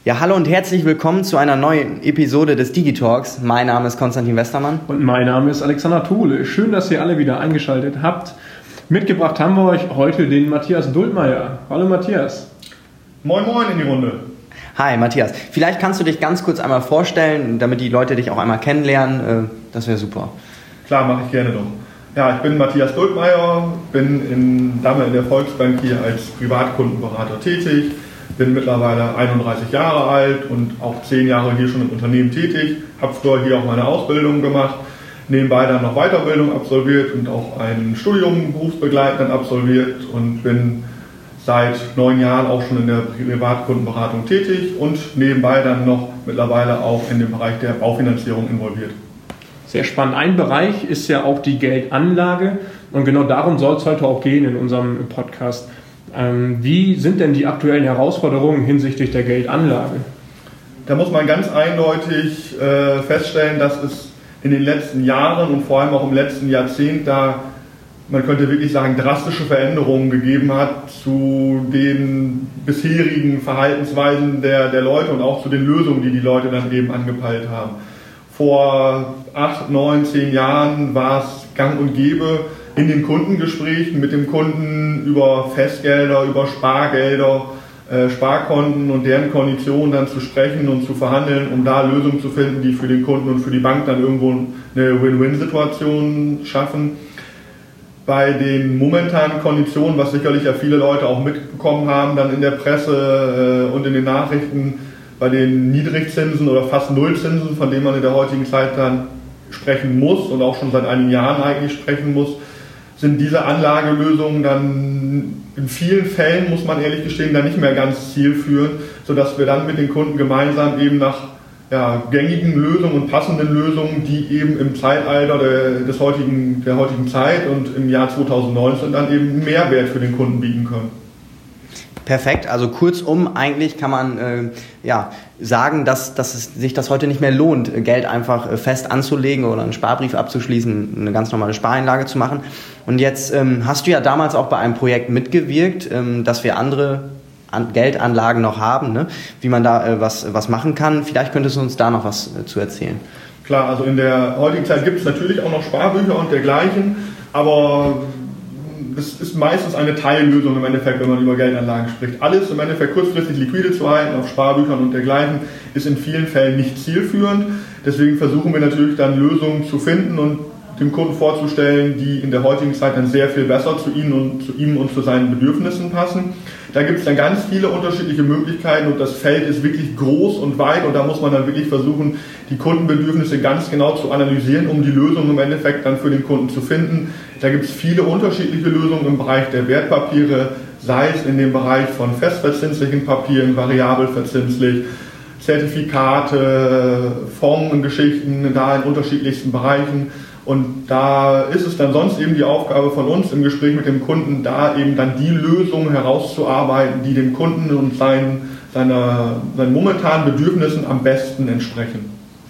Ja, hallo und herzlich willkommen zu einer neuen Episode des Digitalks. Mein Name ist Konstantin Westermann. Und mein Name ist Alexander Thuhle. Schön, dass ihr alle wieder eingeschaltet habt. Mitgebracht haben wir euch heute den Matthias Dultmeier. Hallo Matthias. Moin moin in die Runde. Hi Matthias. Vielleicht kannst du dich ganz kurz einmal vorstellen, damit die Leute dich auch einmal kennenlernen. Das wäre super. Klar, mache ich gerne doch. Ja, ich bin Matthias Dultmeier, bin damals in der Volksbank hier als Privatkundenberater tätig. Bin mittlerweile 31 Jahre alt und auch 10 Jahre hier schon im Unternehmen tätig. Habe früher hier auch meine Ausbildung gemacht, nebenbei dann noch Weiterbildung absolviert und auch ein Studium berufsbegleitend absolviert und bin seit 9 Jahren auch schon in der Privatkundenberatung tätig und nebenbei dann noch mittlerweile auch in dem Bereich der Baufinanzierung involviert. Sehr spannend. Ein Bereich ist ja auch die Geldanlage und genau darum soll es heute auch gehen in unserem Podcast. Wie sind denn die aktuellen Herausforderungen hinsichtlich der Geldanlage? Da muss man ganz eindeutig feststellen, dass es in den letzten Jahren und vor allem auch im letzten Jahrzehnt da, man könnte wirklich sagen, drastische Veränderungen gegeben hat zu den bisherigen Verhaltensweisen der Leute und auch zu den Lösungen, die die Leute dann eben angepeilt haben. Vor 8, 9, 10 Jahren war es gang und gäbe, in den Kundengesprächen mit dem Kunden über Festgelder, über Spargelder, Sparkonten und deren Konditionen dann zu sprechen und zu verhandeln, um da Lösungen zu finden, die für den Kunden und für die Bank dann irgendwo eine Win-Win-Situation schaffen. Bei den momentanen Konditionen, was sicherlich ja viele Leute auch mitbekommen haben, dann in der Presse und in den Nachrichten, bei den Niedrigzinsen oder fast Nullzinsen, von denen man in der heutigen Zeit dann sprechen muss und auch schon seit einigen Jahren eigentlich sprechen muss, sind diese Anlagelösungen dann in vielen Fällen, muss man ehrlich gestehen, dann nicht mehr ganz zielführend, sodass wir dann mit den Kunden gemeinsam eben nach gängigen Lösungen und passenden Lösungen, die eben im Zeitalter der heutigen Zeit und im Jahr 2019 dann eben Mehrwert für den Kunden bieten können. Perfekt, also kurzum, eigentlich kann man sagen, dass es sich das heute nicht mehr lohnt, Geld einfach fest anzulegen oder einen Sparbrief abzuschließen, eine ganz normale Spareinlage zu machen. Und jetzt hast du ja damals auch bei einem Projekt mitgewirkt, dass wir andere Geldanlagen noch haben, ne? Wie man da was machen kann. Vielleicht könntest du uns da noch was zu erzählen. Klar, also in der heutigen Zeit gibt es natürlich auch noch Sparbücher und dergleichen, aber es ist meistens eine Teillösung im Endeffekt, wenn man über Geldanlagen spricht. Alles im Endeffekt kurzfristig liquide zu halten auf Sparbüchern und dergleichen ist in vielen Fällen nicht zielführend. Deswegen versuchen wir natürlich dann Lösungen zu finden und dem Kunden vorzustellen, die in der heutigen Zeit dann sehr viel besser zu ihm und zu seinen Bedürfnissen passen. Da gibt es dann ganz viele unterschiedliche Möglichkeiten und das Feld ist wirklich groß und weit und da muss man dann wirklich versuchen, die Kundenbedürfnisse ganz genau zu analysieren, um die Lösung im Endeffekt dann für den Kunden zu finden. Da gibt es viele unterschiedliche Lösungen im Bereich der Wertpapiere, sei es in dem Bereich von festverzinslichen Papieren, variabel verzinslich, Zertifikate, Fondsgeschichten, da in unterschiedlichsten Bereichen. Und da ist es dann sonst eben die Aufgabe von uns im Gespräch mit dem Kunden, da eben dann die Lösung herauszuarbeiten, die dem Kunden und seinen momentanen Bedürfnissen am besten entsprechen.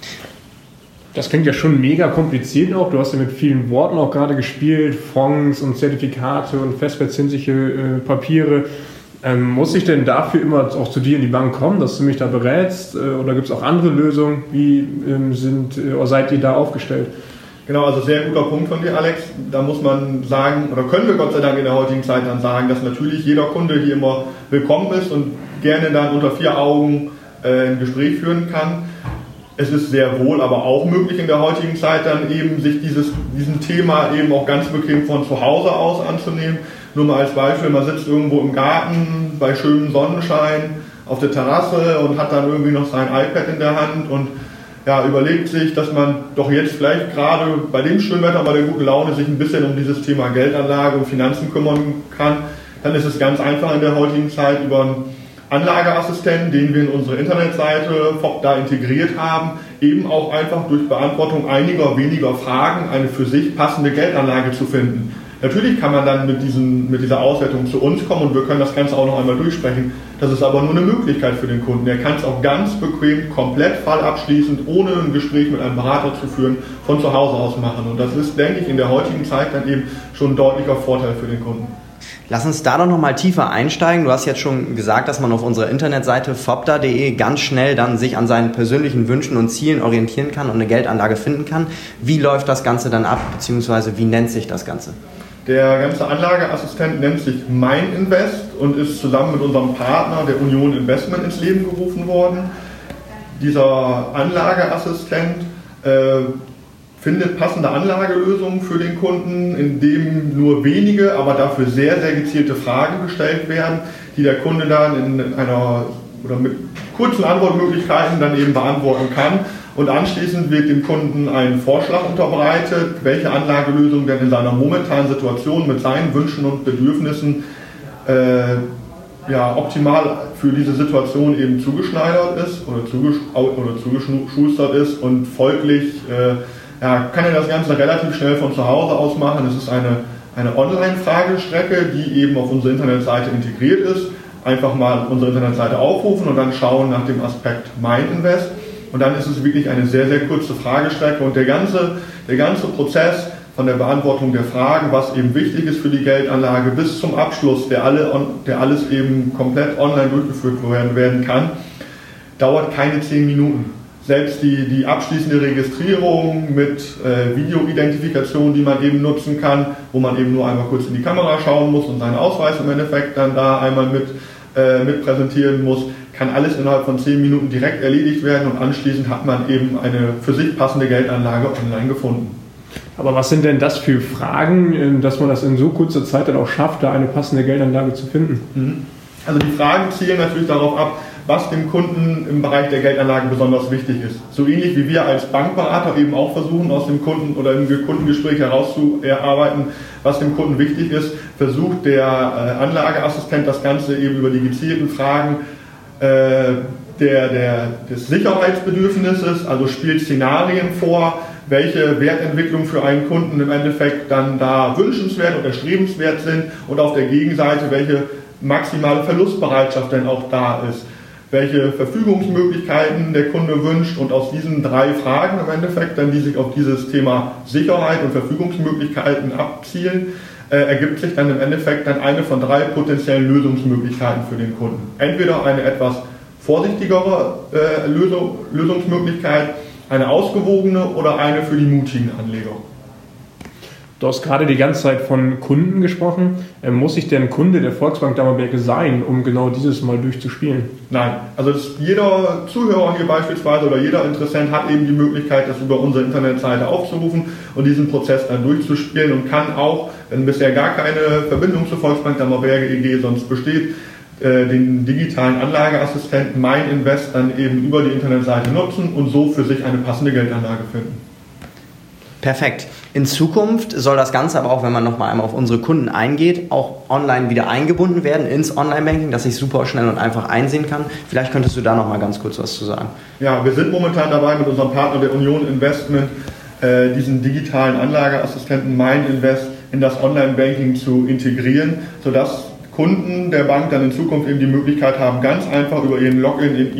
Das klingt ja schon mega kompliziert auch. Du hast ja mit vielen Worten auch gerade gespielt, Fonds und Zertifikate und festverzinsliche Papiere. Muss ich denn dafür immer auch zu dir in die Bank kommen, dass du mich da berätst? Oder gibt es auch andere Lösungen? Wie seid ihr da aufgestellt? Genau, also sehr guter Punkt von dir, Alex. Da muss man sagen, oder können wir Gott sei Dank in der heutigen Zeit dann sagen, dass natürlich jeder Kunde hier immer willkommen ist und gerne dann unter 4 Augen ein Gespräch führen kann. Es ist sehr wohl aber auch möglich in der heutigen Zeit dann eben sich diesem Thema eben auch ganz bequem von zu Hause aus anzunehmen. Nur mal als Beispiel, man sitzt irgendwo im Garten bei schönem Sonnenschein auf der Terrasse und hat dann irgendwie noch sein iPad in der Hand und überlegt sich, dass man doch jetzt vielleicht gerade bei dem schönen Wetter, bei der guten Laune sich ein bisschen um dieses Thema Geldanlage und Finanzen kümmern kann, dann ist es ganz einfach in der heutigen Zeit über einen Anlageassistenten, den wir in unsere Internetseite da integriert haben, eben auch einfach durch Beantwortung einiger weniger Fragen eine für sich passende Geldanlage zu finden. Natürlich kann man dann mit dieser Auswertung zu uns kommen und wir können das Ganze auch noch einmal durchsprechen. Das ist aber nur eine Möglichkeit für den Kunden. Er kann es auch ganz bequem, komplett fallabschließend, ohne ein Gespräch mit einem Berater zu führen, von zu Hause aus machen. Und das ist, denke ich, in der heutigen Zeit dann eben schon ein deutlicher Vorteil für den Kunden. Lass uns da doch nochmal tiefer einsteigen. Du hast jetzt schon gesagt, dass man auf unserer Internetseite fopda.de ganz schnell dann sich an seinen persönlichen Wünschen und Zielen orientieren kann und eine Geldanlage finden kann. Wie läuft das Ganze dann ab, beziehungsweise wie nennt sich das Ganze? Der ganze Anlageassistent nennt sich Mein Invest und ist zusammen mit unserem Partner der Union Investment ins Leben gerufen worden. Dieser Anlageassistent findet passende Anlagelösungen für den Kunden, indem nur wenige, aber dafür sehr, sehr gezielte Fragen gestellt werden, die der Kunde dann in einer oder mit kurzen Antwortmöglichkeiten dann eben beantworten kann. Und anschließend wird dem Kunden ein Vorschlag unterbreitet, welche Anlagelösung denn in seiner momentanen Situation mit seinen Wünschen und Bedürfnissen optimal für diese Situation eben zugeschneidert ist oder zugeschustert ist und folglich kann er das Ganze relativ schnell von zu Hause aus machen. Es ist eine Online-Fragestrecke, die eben auf unsere Internetseite integriert ist. Einfach mal unsere Internetseite aufrufen und dann schauen nach dem Aspekt Mein Invest. Und dann ist es wirklich eine sehr, sehr kurze Fragestrecke und der ganze Prozess von der Beantwortung der Fragen, was eben wichtig ist für die Geldanlage, bis zum Abschluss, der alles eben komplett online durchgeführt werden kann, dauert keine 10 Minuten. Selbst die abschließende Registrierung mit Videoidentifikation, die man eben nutzen kann, wo man eben nur einmal kurz in die Kamera schauen muss und seinen Ausweis im Endeffekt dann da einmal mit präsentieren muss, kann alles innerhalb von 10 Minuten direkt erledigt werden und anschließend hat man eben eine für sich passende Geldanlage online gefunden. Aber was sind denn das für Fragen, dass man das in so kurzer Zeit dann auch schafft, da eine passende Geldanlage zu finden? Also die Fragen zielen natürlich darauf ab, was dem Kunden im Bereich der Geldanlagen besonders wichtig ist. So ähnlich wie wir als Bankberater eben auch versuchen, aus dem Kunden oder im Kundengespräch herauszuarbeiten, was dem Kunden wichtig ist, versucht der Anlageassistent das Ganze eben über die gezielten Fragen des Sicherheitsbedürfnisses, also spielt Szenarien vor, welche Wertentwicklung für einen Kunden im Endeffekt dann da wünschenswert oder erstrebenswert sind und auf der Gegenseite, welche maximale Verlustbereitschaft denn auch da ist, welche Verfügungsmöglichkeiten der Kunde wünscht und aus diesen 3 Fragen im Endeffekt, dann die sich auf dieses Thema Sicherheit und Verfügungsmöglichkeiten abzielen, ergibt sich dann im Endeffekt dann eine von 3 potenziellen Lösungsmöglichkeiten für den Kunden. Entweder eine etwas vorsichtigere Lösungsmöglichkeit, eine ausgewogene oder eine für die mutigen Anleger. Du hast gerade die ganze Zeit von Kunden gesprochen. Muss ich denn Kunde der Volksbank Dammerberge sein, um genau dieses mal durchzuspielen? Nein, also jeder Zuhörer hier beispielsweise oder jeder Interessent hat eben die Möglichkeit, das über unsere Internetseite aufzurufen und diesen Prozess dann durchzuspielen und kann auch, wenn bisher gar keine Verbindung zur Volksbank Dammerberge EG sonst besteht, den digitalen Anlageassistenten Mein Invest dann eben über die Internetseite nutzen und so für sich eine passende Geldanlage finden. Perfekt. In Zukunft soll das Ganze aber auch, wenn man nochmal einmal auf unsere Kunden eingeht, auch online wieder eingebunden werden ins Online-Banking, dass ich super schnell und einfach einsehen kann. Vielleicht könntest du da nochmal ganz kurz was zu sagen. Ja, wir sind momentan dabei, mit unserem Partner der Union Investment diesen digitalen Anlageassistenten Mein Invest in das Online-Banking zu integrieren, sodass Kunden der Bank dann in Zukunft eben die Möglichkeit haben, ganz einfach über ihren Login in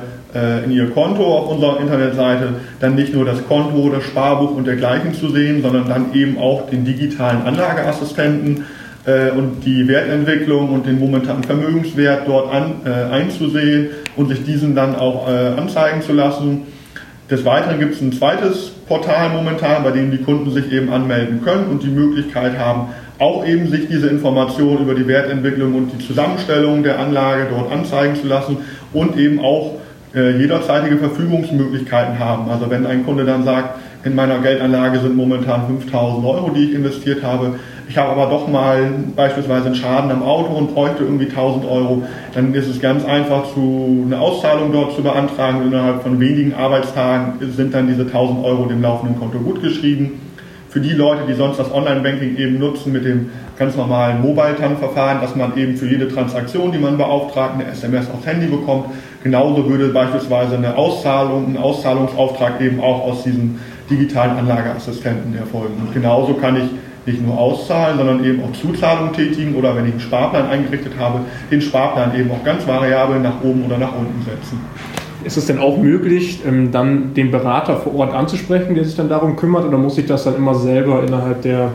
ihr Konto auf unserer Internetseite dann nicht nur das Konto, das Sparbuch und dergleichen zu sehen, sondern dann eben auch den digitalen Anlageassistenten und die Wertentwicklung und den momentanen Vermögenswert dort einzusehen und sich diesen dann auch anzeigen zu lassen. Des Weiteren gibt es ein zweites Portal momentan, bei dem die Kunden sich eben anmelden können und die Möglichkeit haben, auch eben sich diese Informationen über die Wertentwicklung und die Zusammenstellung der Anlage dort anzeigen zu lassen und eben auch jederzeitige Verfügungsmöglichkeiten haben. Also wenn ein Kunde dann sagt, in meiner Geldanlage sind momentan 5.000 €, die ich investiert habe, ich habe aber doch mal beispielsweise einen Schaden am Auto und bräuchte irgendwie 1.000 €, dann ist es ganz einfach, eine Auszahlung dort zu beantragen. Innerhalb von wenigen Arbeitstagen sind dann diese 1.000 € dem laufenden Konto gutgeschrieben. Für die Leute, die sonst das Online-Banking eben nutzen mit dem ganz normalen Mobile-TAN-Verfahren, dass man eben für jede Transaktion, die man beauftragt, eine SMS aufs Handy bekommt. Genauso würde beispielsweise ein Auszahlungsauftrag eben auch aus diesem digitalen Anlageassistenten erfolgen. Und genauso kann ich nicht nur auszahlen, sondern eben auch Zuzahlungen tätigen oder wenn ich einen Sparplan eingerichtet habe, den Sparplan eben auch ganz variabel nach oben oder nach unten setzen. Ist es denn auch möglich, dann den Berater vor Ort anzusprechen, der sich dann darum kümmert, oder muss ich das dann immer selber innerhalb der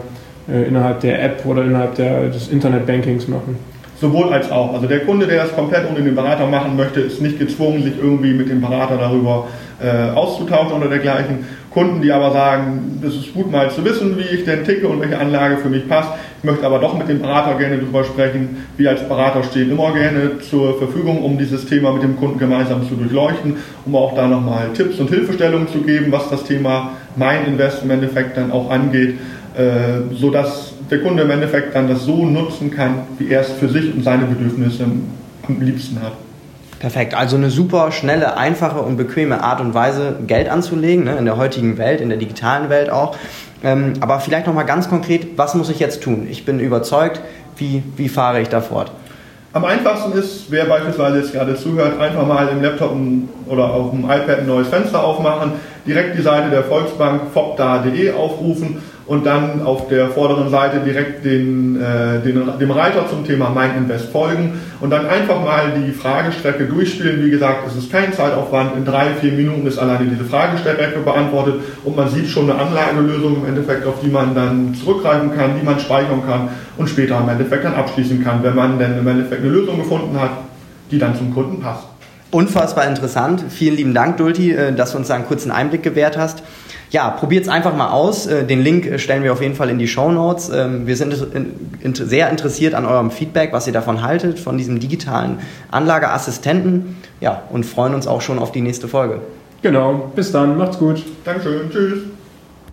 innerhalb der App oder innerhalb des Internetbankings machen? Sowohl als auch. Also der Kunde, der das komplett ohne den Berater machen möchte, ist nicht gezwungen, sich irgendwie mit dem Berater darüber auszutauschen oder dergleichen. Kunden, die aber sagen, das ist gut mal zu wissen, wie ich denn ticke und welche Anlage für mich passt. Ich möchte aber doch mit dem Berater gerne darüber sprechen. Wir als Berater stehen immer gerne zur Verfügung, um dieses Thema mit dem Kunden gemeinsam zu durchleuchten, um auch da nochmal Tipps und Hilfestellungen zu geben, was das Thema Mein Invest im Endeffekt dann auch angeht, sodass der Kunde im Endeffekt dann das so nutzen kann, wie er es für sich und seine Bedürfnisse am liebsten hat. Perfekt, also eine super schnelle, einfache und bequeme Art und Weise, Geld anzulegen, ne, in der heutigen Welt, in der digitalen Welt auch. Aber vielleicht nochmal ganz konkret, was muss ich jetzt tun? Ich bin überzeugt, wie fahre ich da fort? Am einfachsten ist, wer beispielsweise jetzt gerade zuhört, einfach mal im Laptop oder auf dem iPad ein neues Fenster aufmachen, direkt die Seite der Volksbank fopda.de aufrufen und dann auf der vorderen Seite direkt dem Reiter zum Thema Mein Invest folgen und dann einfach mal die Fragestrecke durchspielen. Wie gesagt, es ist kein Zeitaufwand. In 3-4 Minuten ist alleine diese Fragestrecke beantwortet und man sieht schon eine Anlagelösung im Endeffekt, auf die man dann zurückgreifen kann, die man speichern kann und später im Endeffekt dann abschließen kann, wenn man dann im Endeffekt eine Lösung gefunden hat, die dann zum Kunden passt. Unfassbar interessant. Vielen lieben Dank, Dulti, dass du uns da einen kurzen Einblick gewährt hast. Ja, probiert es einfach mal aus. Den Link stellen wir auf jeden Fall in die Shownotes. Wir sind sehr interessiert an eurem Feedback, was ihr davon haltet, von diesem digitalen Anlageassistenten. Ja, und freuen uns auch schon auf die nächste Folge. Genau, bis dann, macht's gut. Dankeschön, tschüss.